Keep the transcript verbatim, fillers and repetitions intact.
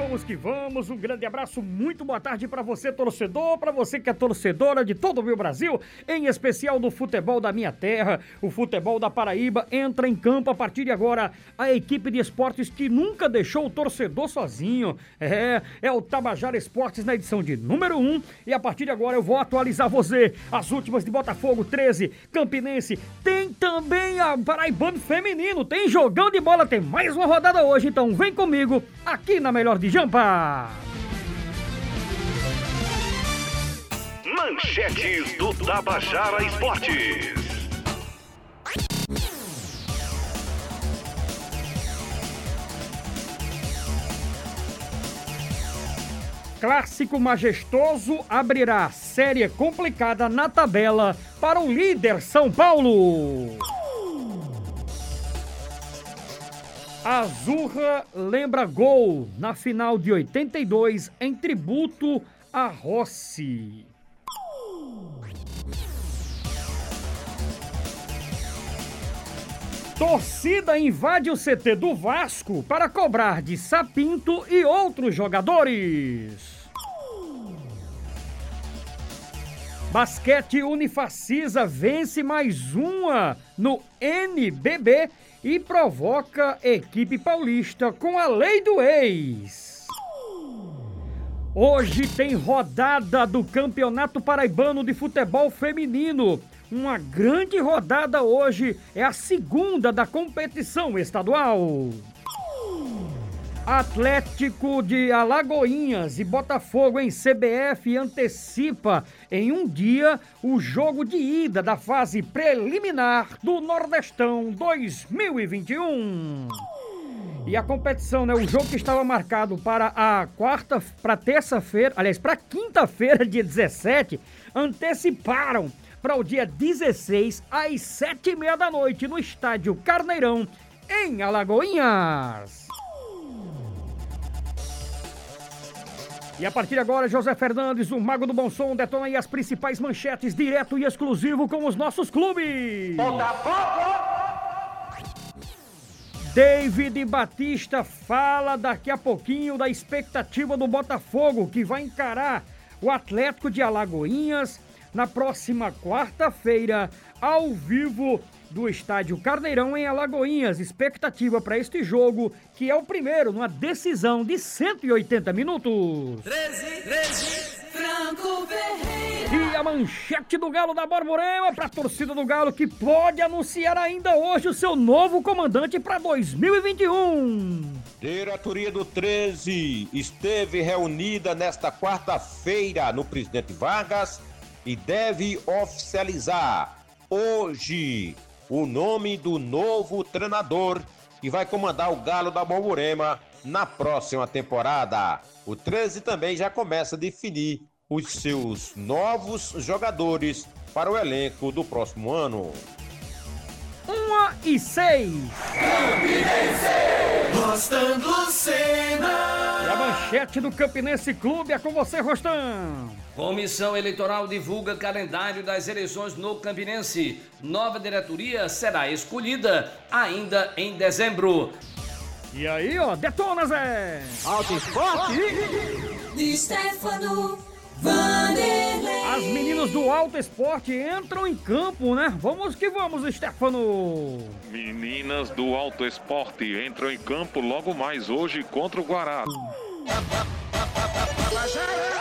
vamos que vamos, um grande abraço, muito boa tarde pra você, torcedor, pra você que é torcedora de todo o meu Brasil, em especial do futebol da minha terra, o futebol da Paraíba. Entra em campo a partir de agora a equipe de esportes que nunca deixou o torcedor sozinho, é, é o Tabajara Esportes na edição de número um, e a partir de agora eu vou atualizar você, as últimas de Botafogo, treze, Campinense, tem também a Paraibano Feminino, tem jogão de bola, tem mais uma rodada hoje, então vem comigo, aqui na Melhor de Jampa. Manchetes do Tabajara Esportes. Clássico majestoso abrirá série complicada na tabela para o líder São Paulo. Azurra lembra gol na final de oitenta e dois em tributo a Rossi. Torcida invade o C T do Vasco para cobrar de Sapinto e outros jogadores. Basquete Unifacisa vence mais uma no N B B e provoca equipe paulista com a lei do ex. Hoje tem rodada do Campeonato Paraibano de Futebol Feminino. Uma grande rodada hoje, é a segunda da competição estadual. Atlético de Alagoinhas e Botafogo em C B F antecipa em um dia o jogo de ida da fase preliminar do Nordestão dois mil e vinte e um. E a competição, né? O jogo que estava marcado para a quarta, para terça-feira, aliás, para quinta-feira, dia dezessete, anteciparam para o dia dezesseis, às sete e meia da noite, no estádio Carneirão, em Alagoinhas. E a partir de agora, José Fernandes, o Mago do Bom Som, detona aí as principais manchetes, direto e exclusivo com os nossos clubes. Botafogo! David Batista fala daqui a pouquinho da expectativa do Botafogo, que vai encarar o Atlético de Alagoinhas na próxima quarta-feira, ao vivo, do estádio Carneirão em Alagoinhas. Expectativa para este jogo, que é o primeiro numa decisão de cento e oitenta minutos. treze, treze, Franco Ferreira. E a manchete do Galo da Borborema para a torcida do Galo, que pode anunciar ainda hoje o seu novo comandante para dois mil e vinte e um. Diretoria do treze esteve reunida nesta quarta-feira no Presidente Vargas e deve oficializar hoje o nome do novo treinador que vai comandar o Galo da Borborema na próxima temporada. O treze também já começa a definir os seus novos jogadores para o elenco do próximo ano. Uma e seis. Campinense, Rostan Lucena. E a manchete do Campinense Clube é com você, Rostan. Comissão Eleitoral divulga calendário das eleições no Campinense. Nova diretoria será escolhida ainda em dezembro. E aí, ó, detona, Zé! Alto Esporte! De Stefano Vanderlei. As meninas do Alto Esporte entram em campo, né? Vamos que vamos, Stefano! Meninas do Alto Esporte entram em campo logo mais hoje contra o Guará.